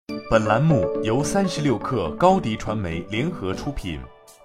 本栏目由36氪高迪传媒联合出品。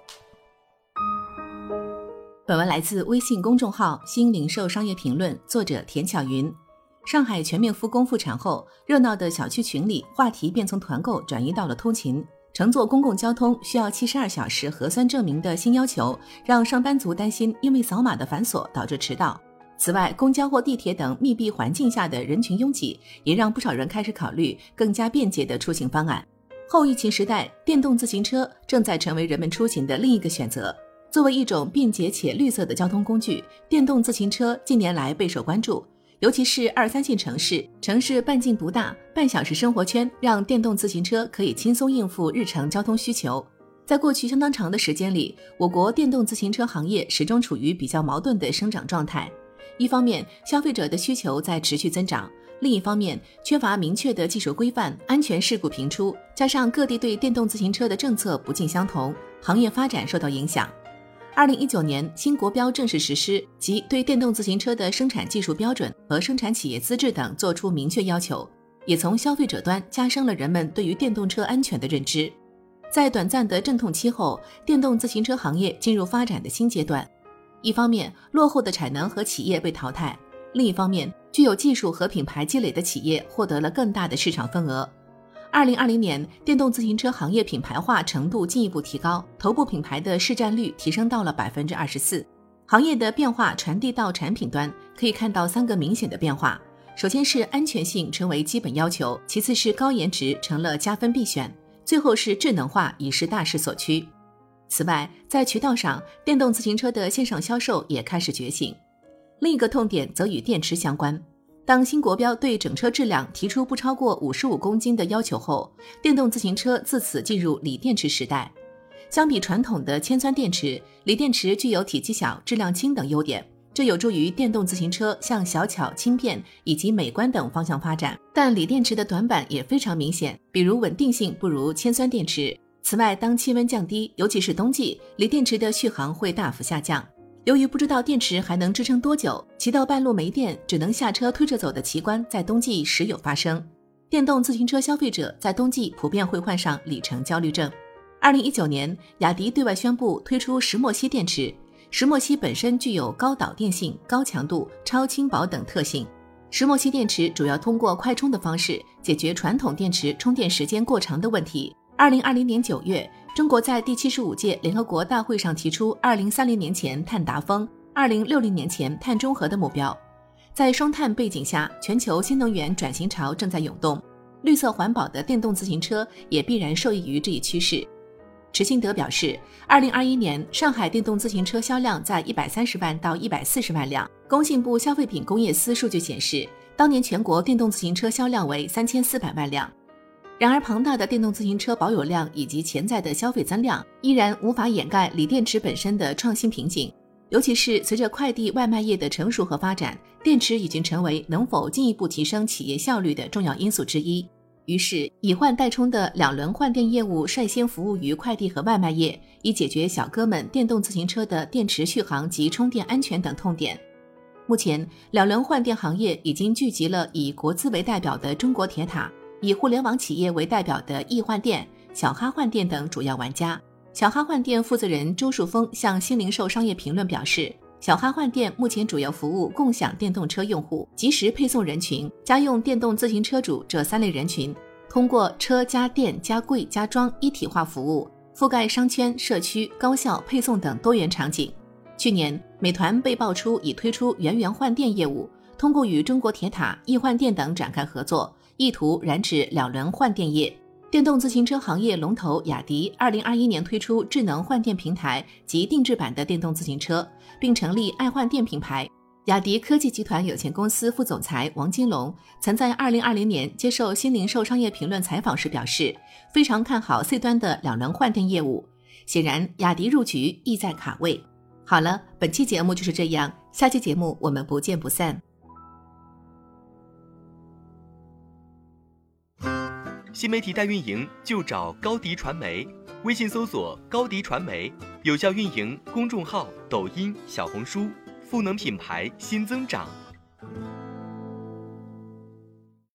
本文来自微信公众号新零售商业评论，作者田巧云。上海全面复工复产后，热闹的小区群里话题便从团购转移到了通勤。乘坐公共交通需要72小时核酸证明的新要求，让上班族担心因为扫码的繁琐导致迟到。此外，公交或地铁等密闭环境下的人群拥挤，也让不少人开始考虑更加便捷的出行方案。后疫情时代，电动自行车正在成为人们出行的另一个选择。作为一种便捷且绿色的交通工具，电动自行车近年来备受关注，尤其是2、3线城市半径不大，半小时生活圈让电动自行车可以轻松应付日常交通需求。在过去相当长的时间里，我国电动自行车行业始终处于比较矛盾的生长状态。一方面，消费者的需求在持续增长，另一方面，缺乏明确的技术规范，安全事故频出，加上各地对电动自行车的政策不尽相同，行业发展受到影响。2019年，新国标正式实施，即对电动自行车的生产技术标准和生产企业资质等作出明确要求，也从消费者端加深了人们对于电动车安全的认知。在短暂的阵痛期后，电动自行车行业进入发展的新阶段。一方面，落后的产能和企业被淘汰；另一方面，具有技术和品牌积累的企业获得了更大的市场份额。2020年，电动自行车行业品牌化程度进一步提高，头部品牌的市占率提升到了 24%。行业的变化传递到产品端，可以看到3个明显的变化。首先是安全性成为基本要求，其次是高颜值成了加分必选，最后是智能化已是大势所趋。此外，在渠道上，电动自行车的线上销售也开始觉醒。另一个痛点则与电池相关。当新国标对整车质量提出不超过55公斤的要求后，电动自行车自此进入锂电池时代。相比传统的铅酸电池，锂电池具有体积小、质量轻等优点，这有助于电动自行车向小巧、轻便以及美观等方向发展。但锂电池的短板也非常明显，比如稳定性不如铅酸电池。此外，当气温降低，尤其是冬季，锂电池的续航会大幅下降。由于不知道电池还能支撑多久，骑到半路没电，只能下车推着走的奇观在冬季时有发生。电动自行车消费者在冬季普遍会患上里程焦虑症。2019年，雅迪对外宣布推出石墨烯电池。石墨烯本身具有高导电性、高强度、超轻薄等特性。石墨烯电池主要通过快充的方式解决传统电池充电时间过长的问题。2020年9月，中国在第75届联合国大会上提出2030年前碳达峰、2060年前碳中和的目标。在双碳背景下，全球新能源转型潮正在涌动，绿色环保的电动自行车也必然受益于这一趋势。池信德表示，2021年上海电动自行车销量在130万到140万辆。工信部消费品工业司数据显示，当年全国电动自行车销量为3400万辆。然而，庞大的电动自行车保有量以及潜在的消费增量，依然无法掩盖锂电池本身的创新瓶颈。尤其是随着快递外卖业的成熟和发展，电池已经成为能否进一步提升企业效率的重要因素之一。于是，以换代充的2轮换电业务率先服务于快递和外卖业，以解决小哥们电动自行车的电池续航及充电安全等痛点。目前，2轮换电行业已经聚集了以国资为代表的中国铁塔，以互联网企业为代表的易换电、小哈换电等主要玩家。小哈换电负责人周树峰向新零售商业评论表示，小哈换电目前主要服务共享电动车用户、即时配送人群、家用电动自行车主这3类人群，通过车加电加柜加装一体化服务，覆盖商圈、社区、高校、配送等多元场景。去年，美团被爆出已推出源源换电业务，通过与中国铁塔、易换电等展开合作，意图染指2轮换电业。电动自行车行业龙头雅迪2021年推出智能换电平台及定制版的电动自行车，并成立爱换电品牌。雅迪科技集团有限公司副总裁王金龙曾在2020年接受新零售商业评论采访时表示，非常看好 C 端的2轮换电业务。显然，雅迪入局意在卡位。好了，本期节目就是这样，下期节目我们不见不散。 新媒体代运营就找高迪传媒，微信搜索高迪传媒，有效运营公众号、抖音、小红书，赋能品牌新增长。